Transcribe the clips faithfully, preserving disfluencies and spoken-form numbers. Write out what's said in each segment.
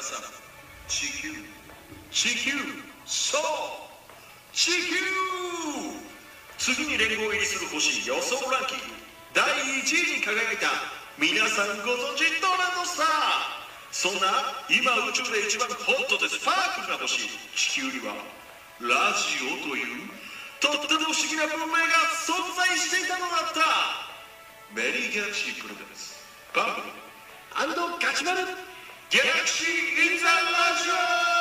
さん、地球地球そう地球。次に連合入りする星予想ランキングだいいちいに輝いた皆さんご存知ドランドスター。そんな今宇宙で一番ホットでスパークルな星地球にはラジオというとっても不思議な文明が存在していたのだった。メリーギャラクシープロデュースバンブルガチマルギャラクシーインザラジ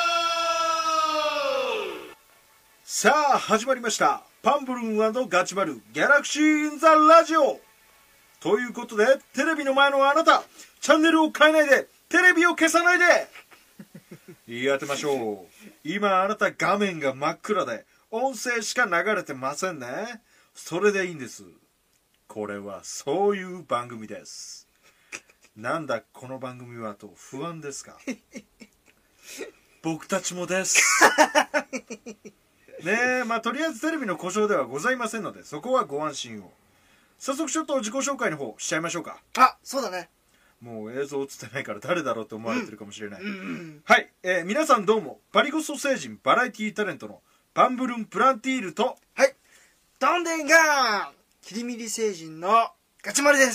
オ。 さあ始まりました、パンブルン&ガチマルギャラクシーインザラジオということで、テレビの前のあなた、チャンネルを変えないで、テレビを消さないでやってましょう。今あなた画面が真っ暗で音声しか流れてませんね。それでいいんです。これはそういう番組です。なんだこの番組はと不安ですか？僕たちもですねえ、まあとりあえずテレビの故障ではございませんので、そこはご安心を。早速ちょっと自己紹介の方しちゃいましょうか。 あ、そうだね。 もう映像映ってないから誰だろうと思われてるかもしれない、 うんうんうん、 はい、えー、皆さんどうも、パリゴソ星人バラエティタレントのパンブルンプランティールと、 はい、どんでんがーんキリミリ星人のガチマルです。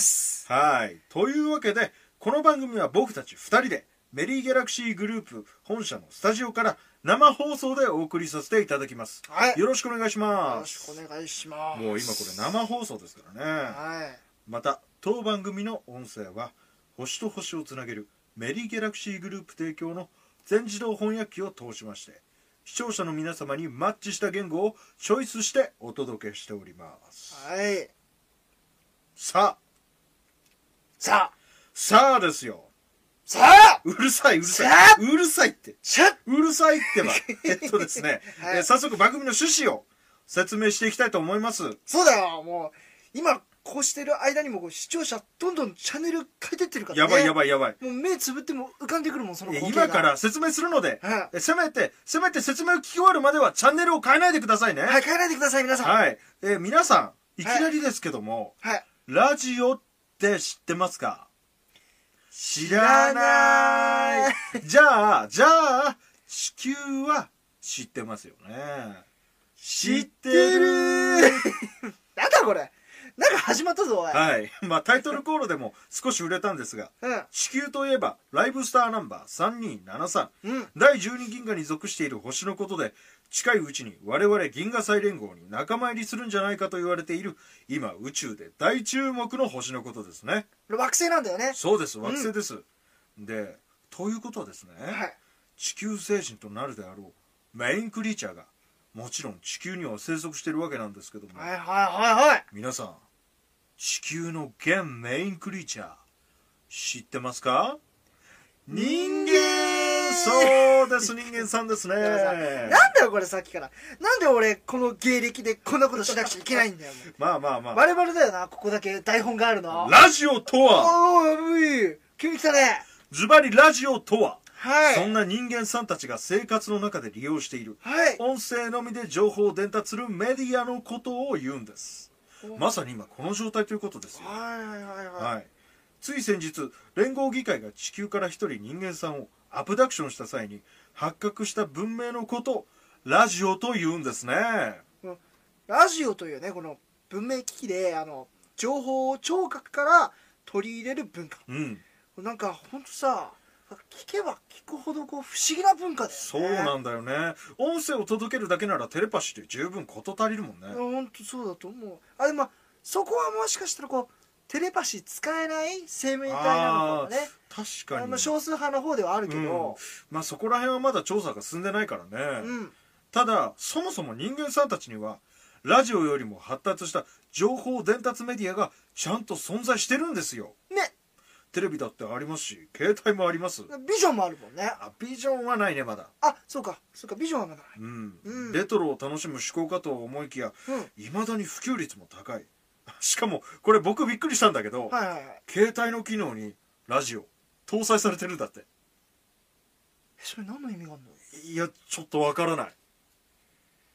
はい、というわけでこの番組は僕たちふたりでメリーギャラクシーグループ本社のスタジオから生放送でお送りさせていただきます、はい、よろしくお願いします。 よろしくお願いします。 もう今これ生放送ですからね、はい、また当番組の音声は星と星をつなげるメリーギャラクシーグループ提供の全自動翻訳機を通しまして、視聴者の皆様にマッチした言語をチョイスしてお届けしております。 はい。 さあさあさあですよ。 さあうるさいうるさいうるさいってうるさいってばえっとですね、はい、え早速番組の趣旨を説明していきたいと思います。 そうだよ。もう今こうしてる間にも視聴者どんどんチャンネル変えてってるからね。 やばいやばいやばい。 もう目つぶっても浮かんでくるもん、その光景が。今から説明するので、はい、せめてせめて説明を聞き終わるまではチャンネルを変えないでくださいね。 はい、変えないでください皆さん。 はい、えー、皆さんいきなりですけども、はい、ラジオって知ってますか？知らないじゃあじゃあ地球は知ってますよね。知ってるなんだこれ、なんか始まったぞおい。 はい、まあタイトルコールでも少し売れたんですが、うん、地球といえばライブスターナンバーさんにーななさん、うん、だいじゅうに銀河に属している星のことで、近いうちに我々銀河祭連合に仲間入りするんじゃないかと言われている今宇宙で大注目の星のことですね。 惑星なんだよね。 そうです、惑星です、うん、でということはですね、はい、地球星人となるであろうメインクリーチャーがもちろん地球には生息しているわけなんですけども、 はいはいはいはい、 皆さん地球の現メインクリーチャー知ってますか？人間。そうです、人間さんですね。 なんだよこれ、さっきからなんで俺この芸歴でこんなことしなくちゃいけないんだよ。 まあまあまあバレバレだよな、ここだけ台本があるの。 ラジオとは、 おー、急に来たね。 ズバリラジオとは、 はい、 そんな人間さんたちが生活の中で利用している、 はい、 音声のみで情報を伝達するメディアのことを言うんです。まさに今この状態ということですよ。 はいはいはいはい、 はい、つい先日連合議会が地球から一人人間さんをアブダクションした際に発覚した文明のことをラジオと言うんですね。 ラジオというね、この文明機器であの情報を聴覚から取り入れる文化、うん、なんかほんとさ、聞けば聞くほどこう不思議な文化だよね。 そうなんだよね。音声を届けるだけならテレパシーで十分事足りるもんね。 ほんとそうだと思う。あ、でもそこはもしかしたらこうテレパシー使えない生命体なのかもね。 確かに、 まあ、少数派の方ではあるけど、うん、 まあそこら辺はまだ調査が進んでないからね、うん、ただそもそも人間さんたちにはラジオよりも発達した情報伝達メディアがちゃんと存在してるんですよね。 テレビだってありますし、携帯もあります。 ビジョンもあるもんね。 あ、ビジョンはないね、まだ。 あ、そうかそうか、ビジョンはまだない、 うんうん、レトロを楽しむ思考かと思いきや、いま、うん、だに普及率も高い。しかもこれ僕びっくりしたんだけど、はいはいはい、携帯の機能にラジオ搭載されてるんだって。 え、それ何の意味があるの？ いや、ちょっとわからない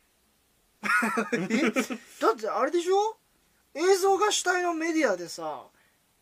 え、だってあれでしょ、映像が主体のメディアでさ、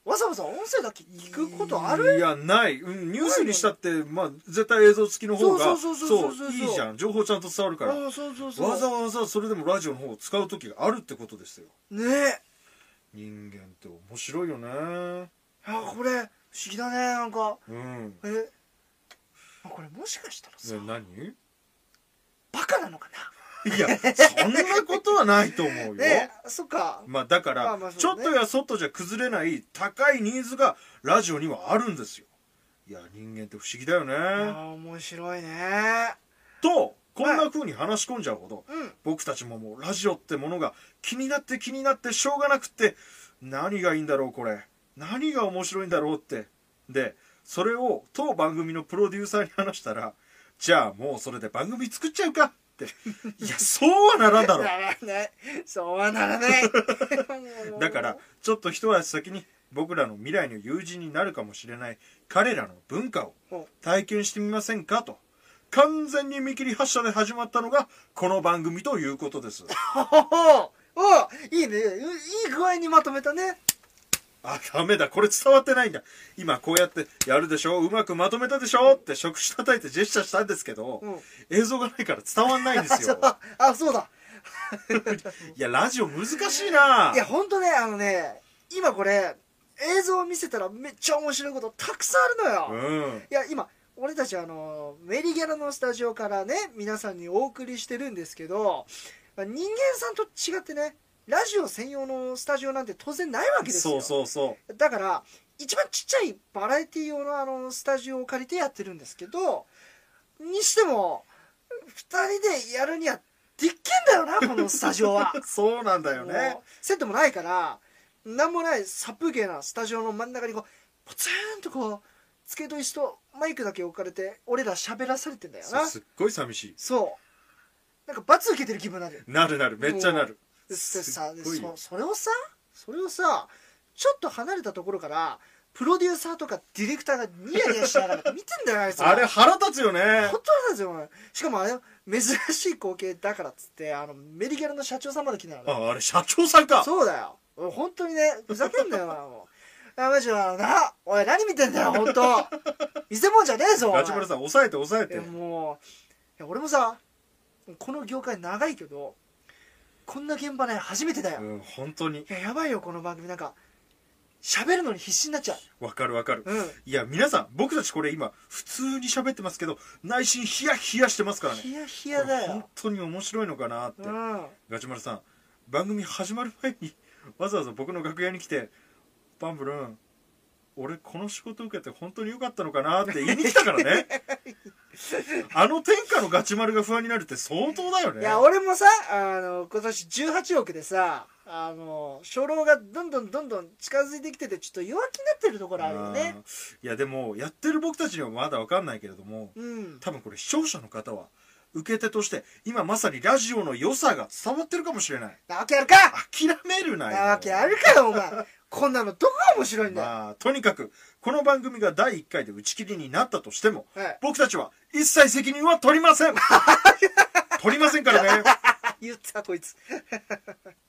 わざわざ音声だけ聞くことある？ いやない、うん、ニュースにしたってまあ絶対映像付きの方がそうそうそうそうそうそういいじゃん、情報ちゃんと伝わるから。 あそうそうそうわざわざそれでもラジオの方を使う時があるってことですよねえ。 人間って面白いよね。 あこれ不思議だねなんか。 うんえこれもしかしたらさ、 ね、何バカなのかな。 いやそんなことはないと思うよ、 ねそっか。 まあだから、 まあまあそうねちょっとやそっとじゃ崩れない高いニーズがラジオにはあるんですよ。いや人間って不思議だよね。 あ面白いね。 とこんな風に話し込んじゃうほど、 うん僕たちももうラジオってものが気になって気になってしょうがなくって、何がいいんだろうこれ、何が面白いんだろうって。でそれを当番組のプロデューサーに話したら、じゃあもうそれで番組作っちゃうかっていやそうはならんだろうならないそうはならないだからちょっと一足先に僕らの未来の友人になるかもしれない彼らの文化を体験してみませんかと、完全に見切り発車で始まったのがこの番組ということです。 おおいいね、いい具合にまとめたね。 あ、ダメだ、これ伝わってないんだ。今こうやってやるでしょ、うまくまとめたでしょって触手叩いてジェスチャーしたんですけど、うん、映像がないから伝わんないんですよあ、そうだいやラジオ難しいな。 いやほんとね、あのね今これ映像を見せたらめっちゃ面白いことたくさんあるのよ、うん、いや今俺たちあのメリギャラのスタジオからね皆さんにお送りしてるんですけど、人間さんと違ってねラジオ専用のスタジオなんて当然ないわけですよ。 そうそうそう。 だから一番ちっちゃいバラエティ用のあのスタジオを借りてやってるんですけど、にしてもふたりでやるにはでっけんだよなこのスタジオはそうなんだよね。 セットもないからなんもないサプゲなスタジオの真ん中にこうポツンとこう机と椅子とマイクだけ置かれて俺ら喋らされてんだよな。 すっごい寂しい。 そうなんか罰受けてる気分になる。 なるなる、めっちゃなる。 でさで そ, それをさそれをさちょっと離れたところからプロデューサーとかディレクターがニヤニヤしながら見てんだよあいつら。 あれ腹立つよね。 本当なんですよ。しかもあれ珍しい光景だからっつってあのメリギャラの社長さんまで来たの。ああれ社長さんか。 そうだよ本当にねふざけんなよなもうあマジはなおい何見てんだよ本当見せ物じゃねえぞ。 ガチバラさん抑えて抑えて。 もういや俺もさこの業界長いけどこんな現場ね初めてだよ。 うん本当に。いややばいよこの番組なんか喋るのに必死になっちゃう。わかるわかる、 うん、 いや皆さん僕たちこれ今普通に喋ってますけど内心ヒヤヒヤしてますからね。 ヒヤヒヤだよ。 本当に面白いのかなって、 うん、 ガチマルさん番組始まる前にわざわざ僕の楽屋に来てパンブルン俺この仕事受けて本当に良かったのかなって言いに来たからねあの天下のガチマルが不安になるって相当だよね。 いや俺もさあの今年じゅうはちおくでさあの初老がどんどんどんどん近づいてきててちょっと弱気になってるところあるよね。 いやでもやってる僕たちにはまだ分かんないけれども、 うん、 多分これ視聴者の方は受け手として今まさにラジオの良さが伝わってるかもしれない。 なわけあるか。 諦めるなよ。 なわけあるかよお前こんなのどこが面白いんだよ。 まあとにかくこの番組がだいいっかいで打ち切りになったとしても、 はい、 僕たちは一切責任は取りません取りませんからね言ったこいつ連合員たちの声を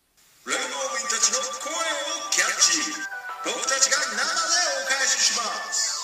キャッチ、僕たちが生でお返しします。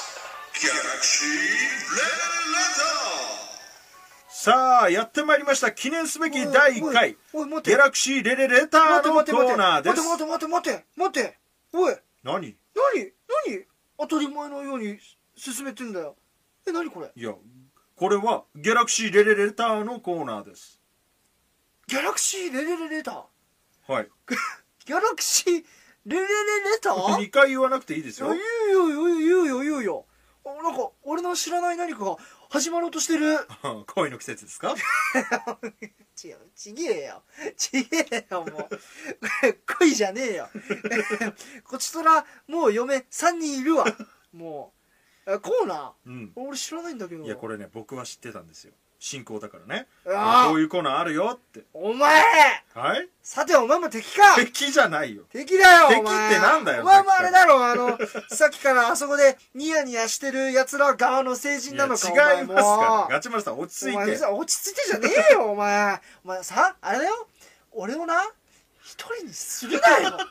ギャラクシーレレレター。 さあやってまいりました記念すべきだいいっかいギャラクシーレレレターのコーナーです。 待て待て待て待て待ておい何何何当たり前のように進めてんだよ。え何これ。 いやこれはギャラクシーレレレターのコーナーです。 ギャラクシーレレレレター。 はいギャラクシーレレレレターにかい言わなくていいですよ。 言うよ言うよ言うよ言うよ。なんか俺の知らない何かが始まろうとしてる恋の季節ですか違うちげえよちげえよもう恋じゃねえよこちとらもう嫁さんにんいるわもうコーナー、うん、俺知らないんだけど。 いやこれね僕は知ってたんですよ。進行だからね。 こういうコーナーあるよって。 お前はいさてお前も敵か。 敵じゃないよ。 敵だよ敵ってなんだよ。 お前もあれだろあのさっきからあそこでニヤニヤしてる奴ら側の成人なのか。 違いますからガチマルさん落ち着いて。 お前落ち着いてじゃねえよお前お前さあれだよ俺をな一人にするなよ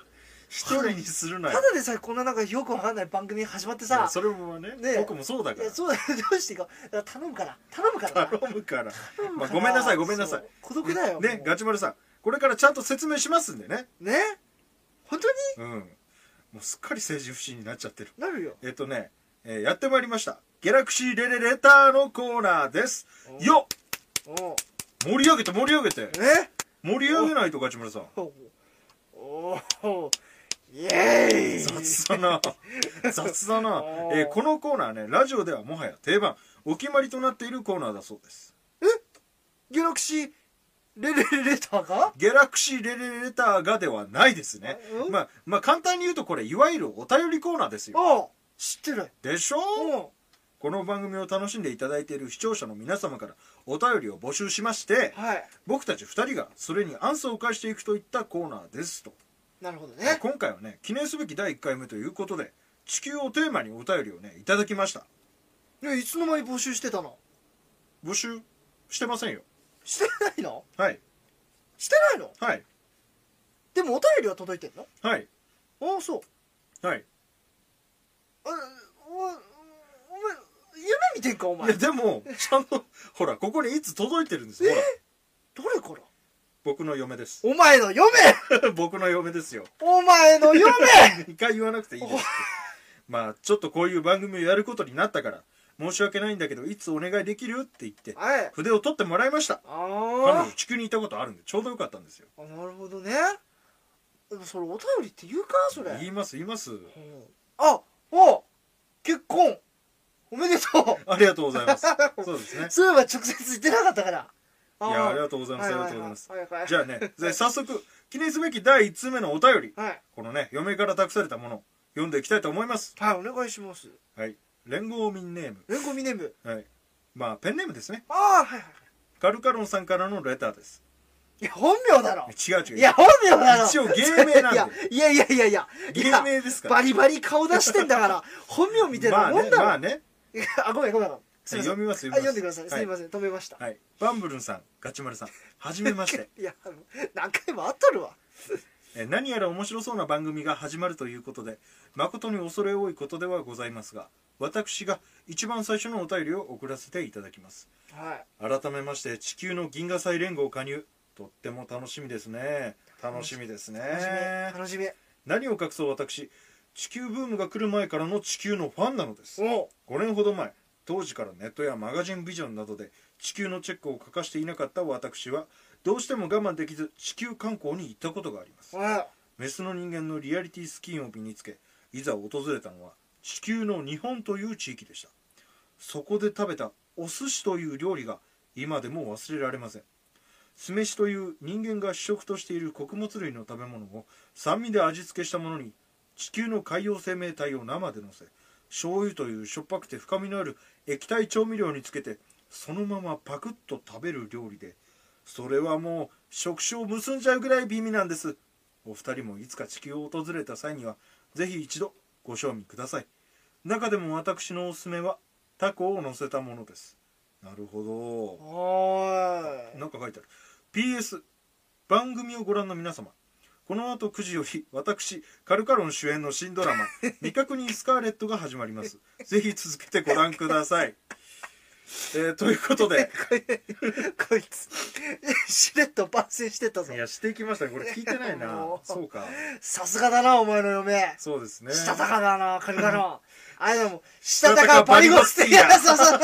一人にするなよ。 ただでさえこんななんかよくわかんない番組始まってさ、 それもね、 ね僕もそうだからいやそうだよ、どうしていいか、だから頼むから頼むから頼むから、 頼むからまあ、ごめんなさいごめんなさい。 そう孤独だよねね、ガチマルさんこれからちゃんと説明しますんでね。 ね、本当うん、もうすっかり政治不信になっちゃってる。 になるよ。 えっとね、えーやってまいりましたギャラクシーレレレターのコーナーです。 およっ、 お盛り上げて盛り上げてえ盛り上げないとガチマルさんおおおイエーイ雑だな雑だな、 おーえーこのコーナーね、ラジオではもはや定番お決まりとなっているコーナーだそうです。 ギャラクシーレレレレターがギャラクシーレレレレターがではないですね。 うんまあまあ簡単に言うとこれいわゆるお便りコーナーですよ。 ああ知ってる。 でしょ。 おこの番組を楽しんでいただいている視聴者の皆様からお便りを募集しまして、 はい僕たちふたりがそれにアンサーを返していくといったコーナーですと。 なるほどね。 今回はね、記念すべきだいいっかいめということで地球をテーマにお便りをねいただきました。 いやいつの間に募集してたの？ 募集してませんよ。 してないの？ はいしてないの？ はいでもお便りは届いてんの？ はいああそうはい。 あおお前夢見てんかお前。 いやでもちゃんとほらここにいつ届いてるんですよ。ほら誰から？ 僕の嫁です。 お前の嫁僕の嫁ですよ。 お前の嫁にかい言わなくていいですって。まあちょっとこういう番組をやることになったから申し訳ないんだけどいつお願いできるって言ってはい筆を取ってもらいました。彼あ女地球にいたことあるんでちょうどよかったんですよ。 あなるほどね。でもそれお便りって言うかそれ。 言います言います。 うんあお結婚おめでとうありがとうございます。そうですね。 そういえば直接言ってなかったから。 いやありがとうございます、ありがとうございます。 はいはいはいじゃあね、じゃあ早速記念すべきだいいっつうめのお便り、 はいこのね嫁から託されたもの読んでいきたいと思います。 はいお願いします。 はい。連合民ネーム、 連合ミネム。 はい、まあペンネームですね。 ああはいはいカルカロンさんからのレターです。 いや本名だろ。 違う違う。 いや本名だろ。 一応芸名なんで。 いやいやいやいやいや芸名ですから。 バリバリ顔出してんだから本名みたいまあねなもんだろ。 まあね。 いやあごめんごめんごめん。すいません読みますあ読みます。 読んでください。すいません止めました。 はい。はい。バンブルンさん、ガチマルさん、はじめまして。 いやあの何回もあっとるわ。 え何やら面白そうな番組が始まるということで誠に恐れ多いことではございますが、私が一番最初のお便りを送らせていただきます。 はい改めまして地球の銀河祭連合加入、とっても楽しみですね。楽しみですね。 楽しみ楽しみ。 何を隠そう、私地球ブームが来る前からの地球のファンなのです。 おごねんほど前、当時からネットやマガジンビジョンなどで地球のチェックを欠かしていなかった私はどうしても我慢できず地球観光に行ったことがあります。 はメスの人間のリアリティスキンを身につけいざ訪れたのは地球の日本という地域でした。そこで食べたお寿司という料理が今でも忘れられません。酢飯という人間が主食としている穀物類の食べ物を酸味で味付けしたものに地球の海洋生命体を生で乗せ、醤油というしょっぱくて深みのある液体調味料につけてそのままパクッと食べる料理で、それはもう触手を結んじゃうぐらい美味なんです。お二人もいつか地球を訪れた際にはぜひ一度ご賞味ください。中でも私のおすすめはタコを乗せたものです。なるほいど。 はなんか書いてある。 ピーエス 番組をご覧の皆様、この後くじより私カルカロン主演の新ドラマ未確認スカーレットが始まります。ぜひ続けてご覧ください。えー、ということでこいつしれっと番宣してたぞ。 いやしていきましたね。これ聞いてないなもうそうか、 さすがだなお前の嫁。 そうですね。 したたかだなカルカロン。あれでもしたたかパリゴスってやそうそう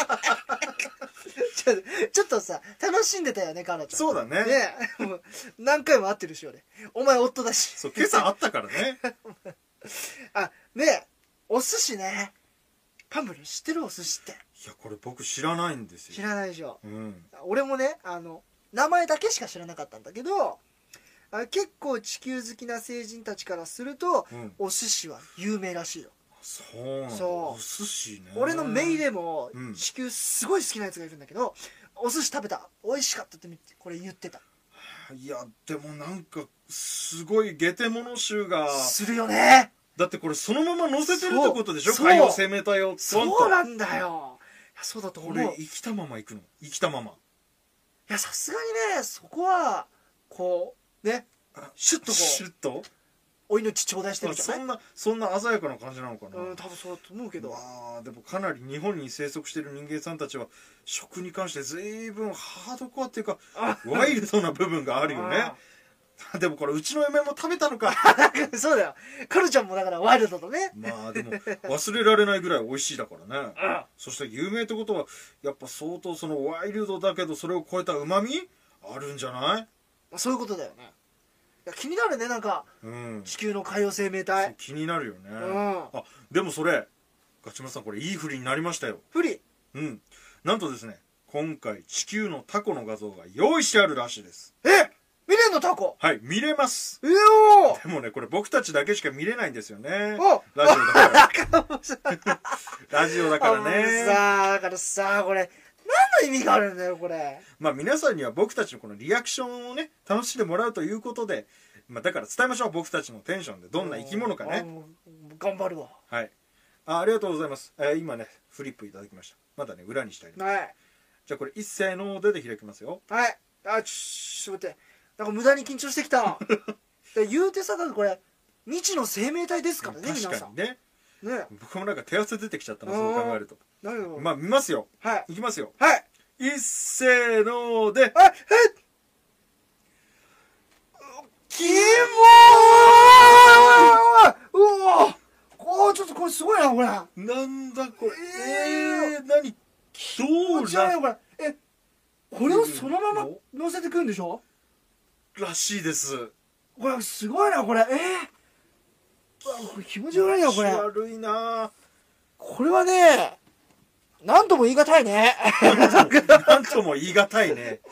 ちょちょっとさ楽しんでたよね彼女。 そうだね。 ねもう何回も会ってるし俺。お前夫だし。 そう今朝あったからね。 あねお寿司ね。パンブル知ってるお寿司って。 いやこれ僕知らないんですよ。 知らないでしょ。 うん、 俺もねあの名前だけしか知らなかったんだけど、あ結構地球好きな成人たちからすると、 うん、 お寿司は有名らしいよ。 そうなんだ。 そうお寿司ね。 俺の姪でもうん地球すごい好きなやつがいるんだけど、お寿司食べた美味しかったってこれ言ってた。 いやでもなんかすごいゲテモノ臭がするよね。 だってこれそのまま乗せてるってことでしょ。 そう海洋生命体をそうなんだよ。いやそうだと思こう。 れ生きたまま行くの。生きたまま。 いやさすがにねそこはこうねシュッとこシュッとうお命頂戴してるんじゃない？ そんなそんな鮮やかな感じなのかな。 うん、多分そうだと思うけど。 まあでもかなり日本に生息している人間さんたちは食に関して随分ハードコアっていうかワイルドな部分があるよね。でもこれうちの嫁も食べたのか。 そうだよ。カルちゃんもだからワイルドだね。 まあでも忘れられないぐらい美味しいだからね。 うん、 そして有名ってことはやっぱ相当そのワイルドだけどそれを超えたうまみあるんじゃない？ そういうことだよね。いや気になるね、なんか、うん、地球の海洋生命体気になるよね、うん、あでもそれガチマルさんこれいい振りになりましたよ。 振り？ うんなんとですね今回地球のタコの画像が用意してあるらしいです。 え見れんのタコ？ はい見れます。 えおでもねこれ僕たちだけしか見れないんですよね。ラジオだからラジオだからね。 さあだからさあこれ何の意味があるんだよこれ。 まあ皆さんには僕たちのこのリアクションをね楽しんでもらうということで、まあ、だから伝えましょう。僕たちのテンションでどんな生き物かね。 頑張るわ。 はい あ, ありがとうございます、えー、今ねフリップいただきました。まだね裏にしたいの、 はい、 じゃあこれ一斉のでで開きますよ。 はいあちょっと待ってなんか無駄に緊張してきた言うてさこれ未知の生命体ですからね皆さん。 確かにねね僕もなんか手汗出てきちゃったなそう考えると。 なるほど。 まあ見ますよ。 はいいきますよ。 はい一斉のではいキモーうわこうちょっとこれすごいなこれ。 なんだこれえー、えー、何どうじゃあこれえこれをそのまま乗せてくんでしょらしいです。 これすごいなこれ。えー、うわこれ気持ち悪いなこれ。 気持ち悪いなこれはねなんとも言い難いね。 なんとも言い難いね。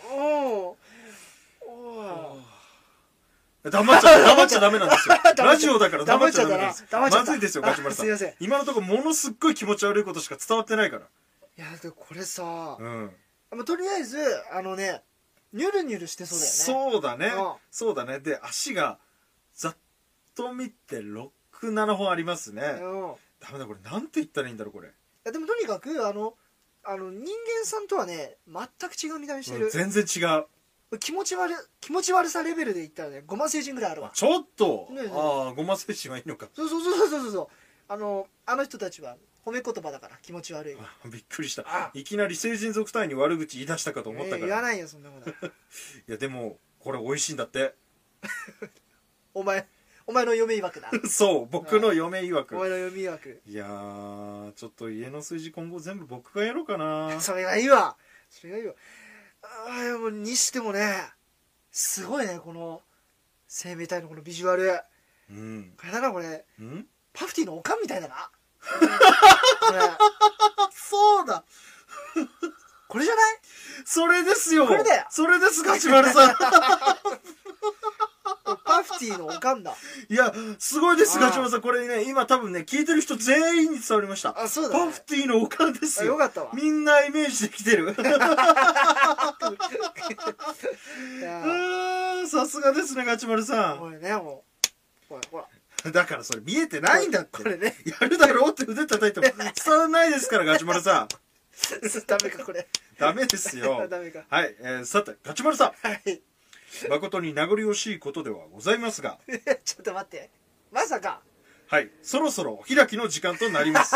黙っちゃ黙っちゃダメなんですよ。ラジオだから黙っちゃダメなんです。まずいですよガチマルさん。今のところものすっごい気持ち悪いことしか伝わってないから。 いやでこれさ、 うん、 まあ、とりあえずあのねニュルニュルしてそうだよね。 そうだね、うん、そうだね。で足がざっと見てろく、ななほんありますね。うん、ダメだこれなんて言ったらいいんだろうこれ。 いやでもとにかくあのあの人間さんとはね全く違う見た目してる、うん、 全然違う。 気持ち悪気持ち悪さレベルで言ったらねゴマ星人ぐらいあるわ。 ちょっと、ね、ああゴマ星人はいいのか。 そうそうそうそうそうそうあのあの人たちは褒め言葉だから気持ち悪いわ。 びっくりした。いきなり成人族隊に悪口言い出したかと思ったから、えー、 言わないよそんなこと。いやでもこれ美味しいんだってお前お前の嫁曰くだそう僕の嫁曰く。 お前の嫁曰く。 いやーちょっと家の数字今後全部僕がやろうかな。 それがいいわそれがいいわ。ああもうにしてもねすごいねこの生命体のこのビジュアル。うんこれだなこれんパフティのおかんみたいだなこれそうだこれじゃない？ それですよ。 これだよ。 それですガチマルさんパフティのおかんだ。 いやすごいですガチマルさん。これね今多分ね聞いてる人全員に伝わりました。 あそうだ、ね、 パフティのおかんですよ。 よかったわ。 みんなイメージできてるさすがですねガチマルさん。 これねもうほらほらだからそれ見えてないんだって。 これねやるだろうって腕叩いても伝わらないですからガチマルさんダメかこれダメですよダメか。 はい、えー、さてガチマルさん、 はい、 誠に名残惜しいことではございますがちょっと待ってまさかはいそろそろお開きの時間となります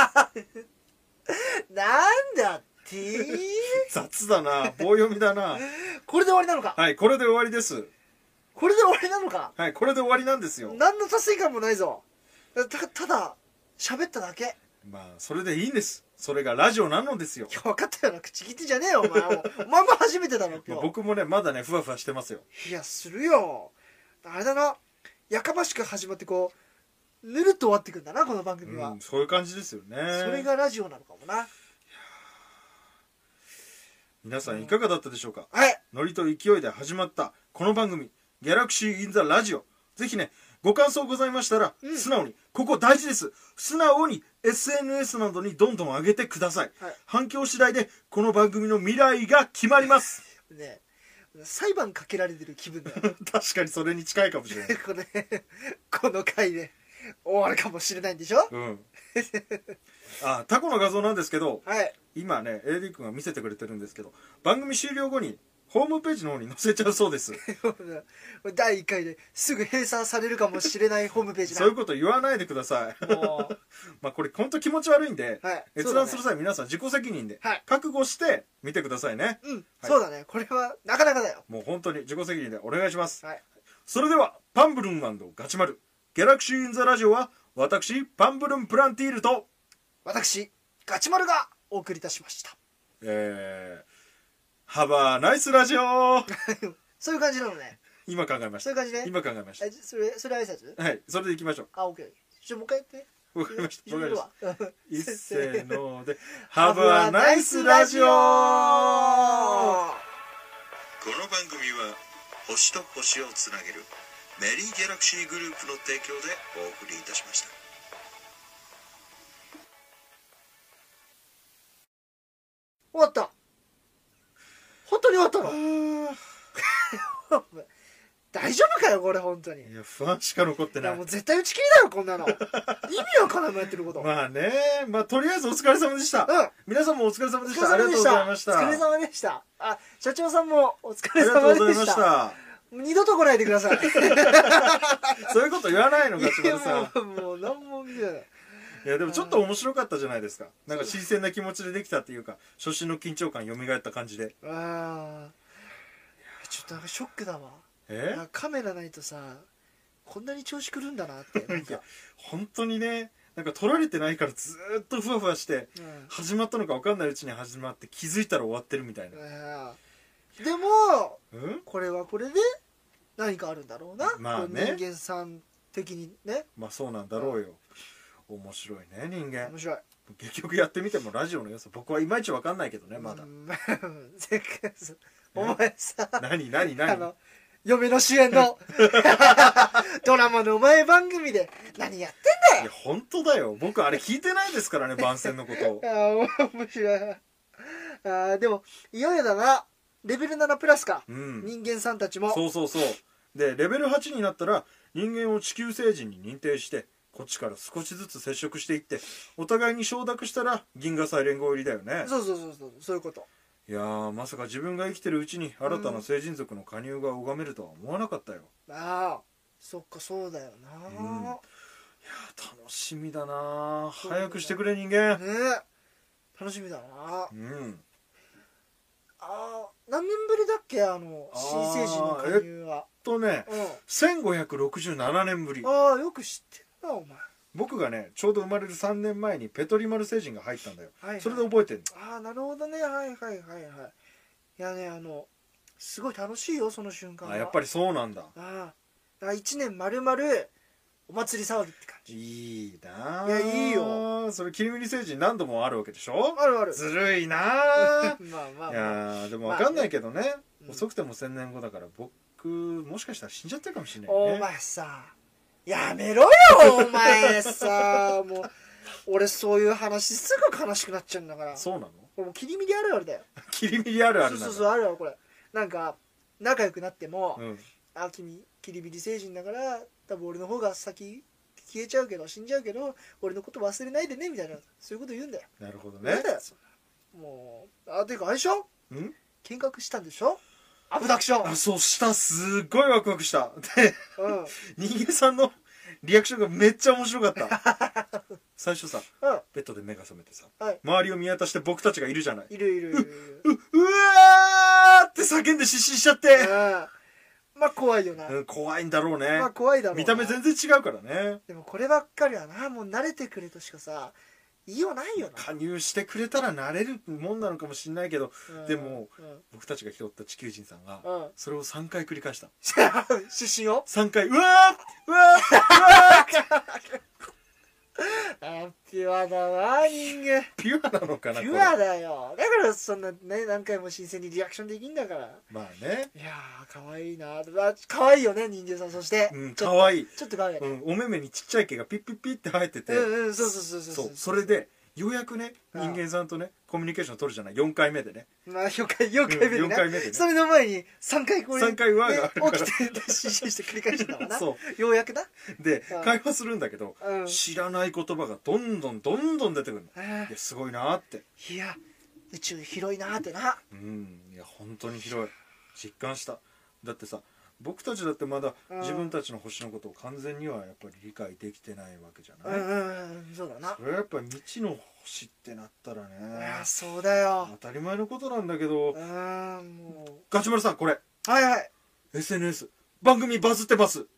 なんだって雑だな棒読みだなこれで終わりなのか。 はいこれで終わりです。 これで終わりなのか。 はいこれで終わりなんですよ。 何の達成感もないぞ。たただ喋っただけ。 まあそれでいいんです。それがラジオなのですよ。 いや分かったよな口利きじゃねえよお前もお前も初めてだろ今日。 僕もねまだねふわふわしてますよ。 いやするよ。あれだなやかましく始まってこうぬるっと終わってくんだなこの番組は、 うん、そういう感じですよね。 それがラジオなのかもな。 皆さんいかがだったでしょうか。 はいノリと勢いで始まったこの番組ギャラクシー・イン・ザ・ラジオ、ぜひねご感想ございましたら、うん、素直にここ大事です。素直に エスエヌエス などにどんどん上げてください、はい、反響次第でこの番組の未来が決まりますね。裁判かけられてる気分だよ確かにそれに近いかもしれないこれこの回で終わるかもしれないんでしょ。うんあタコの画像なんですけど、 はい、 今ね エーディー 君が見せてくれてるんですけど番組終了後にホームページの方に載せちゃうそうです。 だいいっかいですぐ閉鎖されるかもしれないホームページな。 そういうこと言わないでください。 もうまあこれ本当気持ち悪いんで、 はい、 閲覧する際皆さん自己責任ではい覚悟して見てくださいね。 うん、 はいそうだね。これはなかなかだよ。 もう本当に自己責任でお願いします。 はい。 それではパンブルン&ガチマルギャラクシー・イン・ザ・ラジオは私パンブルン・プランティールと私ガチマルがお送りいたしました。 えー、ハバーナイスラジオそういう感じなのね。 今考えました。 そういう感じね。 今考えました。 えそれそれ挨拶？ はい、それでいきましょう。 あ、オッケー。ちょもう一回言って。 わかりました。わかりました。 一一せーので、ハバーナイスラジオ。 この番組は星と星をつなげるメリーギャラクシーグループの提供でお送りいたしました。 終わった。本当に終わったの？大丈夫かよこれ本当に。 いや、不安しか残ってない。 いやもう絶対打ち切りだよこんなの。意味わからんもやってること。 まあね、まあとりあえずお疲れ様でした。 うん。 皆さんもお疲れ様お疲でした。ありがとうれ様でした。 ございました。 お疲れ様でした。あ、社長さんもお疲ありがとうれ様でございましした。 た。 二度と来ないでください。 そういうこと言わないの、ガチマルさん。 いやもうもう何も見てない。 いやでもちょっと面白かったじゃないですか。なんか新鮮な気持ちでできたっていうか、初心の緊張感蘇った感じで。 ああ。ちょっとなんかショックだわ。 えなんかカメラないとさ、こんなに調子くるんだなって。なんか本当にね、なんか撮られてないからずーっとふわふわして、 うん、 始まったのか分かんないうちに始まって気づいたら終わってるみたいな。 あーでもうんこれはこれで何かあるんだろうな。 まあね、 人間さん的にね。 まあそうなんだろうよ。面白いね、人間。 面白い。 結局やってみてもラジオの良さ僕はいまいち分かんないけどね、まだ。 うんせっかくお前さ、 何何何あの嫁の主演のドラマの前番組で何やってんだよ。 いや本当だよ、僕あれ聞いてないですからね、番宣のことを。 ああ面白い。ああでもいよいよだな、レベルななプラスか、 うん、 人間さんたちも。 そうそうそう。でレベルはちになったら人間を地球星人に認定して、こっちから少しずつ接触していって、お互いに承諾したら銀河祭連合入りだよね。 そうそうそうそう、そういうこと。 いやー、まさか自分が生きてるうちに新たな聖人族の加入が拝めるとは思わなかったよ。 ああそっか、そうだよな、 うん、いやー楽しみだな、 そうだね早くしてくれ人間。 ね楽しみだな。 うん、 ああ何年ぶりだっけ、あの新成人の加入は。 とね、 うん、 せんごひゃくろくじゅうななねんぶり。 ああよく知ってるなお前。 僕がねちょうど生まれるさんねんまえにペトリマル星人が入ったんだよ、 はいはい、 それで覚えてるの。ああなるほどね、はいはいはいはい。いやね、あのすごい楽しいよその瞬間は。 あ、やっぱりそうなんだ。 ああいちねんまるまるお祭り騒ぎって感じ。 いいなあ。 いやいいよ。 それキリミリ星人何度もあるわけでしょ。 あるある。 ずるいなあ。 まあまあ、まあ、 いやでも分かんないけどね、 まあね、 遅くてもせんねんごだから僕もしかしたら死んじゃってるかもしれないね。 お前さやめろよお前さもう俺そういう話すぐ悲しくなっちゃうんだから。 そうなの。 これもうキリミリあるあるだよ。 キリミリあるあるなんだ。 そうそうそうあるある。これなんか仲良くなっても、 うん、 あ君キリミリ星人だから多分俺の方が先消えちゃうけど死んじゃうけど俺のこと忘れないでねみたいな、そういうこと言うんだよ。 なるほどね。 なんだよもう。あていうかあれでしょ、 ん見学したんでしょ、アブダクション。 あ、そうした。すっごいワクワクした。で、 うん、 人間さんのリアクションがめっちゃ面白かった最初さ、 うん、 ベッドで目が覚めてさ、 はい、 周りを見渡して僕たちがいるじゃない。 いるいるいるいるう、うわーって叫んで失神しちゃって、 うん、まあ怖いよな、 うん、怖いんだろうね。 まあ怖いだろうな。 見た目全然違うからね。 でもこればっかりはな、もう慣れてくれとしかさ言いようないよな。 加入してくれたらなれるもんなのかもしれないけど、 うん、 でも、 うん、 僕たちが拾った地球人さんが、 うん、 それをさんかい繰り返した出身をさんかい、うわーうわーうわーあピュアだわ人間。 ピュアなのかな。 ピュアだよ。だからそんなね何回も新鮮にリアクションできんだから。 まあね。 いやー可愛いな。可愛いよね人間さん。そしてうん可愛い。 ちょっと可愛いね。 うん、お目目にちっちゃい毛がピッピッピッって生えてて、 うんうんそうそうそうそうそうそれでようやくね人間さんとねコミュニケーション取るじゃない。よんかいめでね。 まあよんかいよんかいめでね。 よんかいめでね。 それの前にさんかいこれさんかい輪があるから起きて失神して繰り返してたもんな。 そうようやくな。 でうん会話するんだけど、 うん知らない言葉がどんどんどんどん出てくるの。 あいやすごいなーって。 ーいや宇宙広いなーってな。 うんいや本当に広い。 実感した。だってさ、僕たちだってまだうん自分たちの星のことを完全にはやっぱり理解できてないわけじゃない、 うんうんうんそうだな。 それはやっぱ未知の星ってなったらね、 いやそうだよ。 当たり前のことなんだけど、 うんもうガチマルさんこれはいはい。 エスエヌエス 番組バズってます。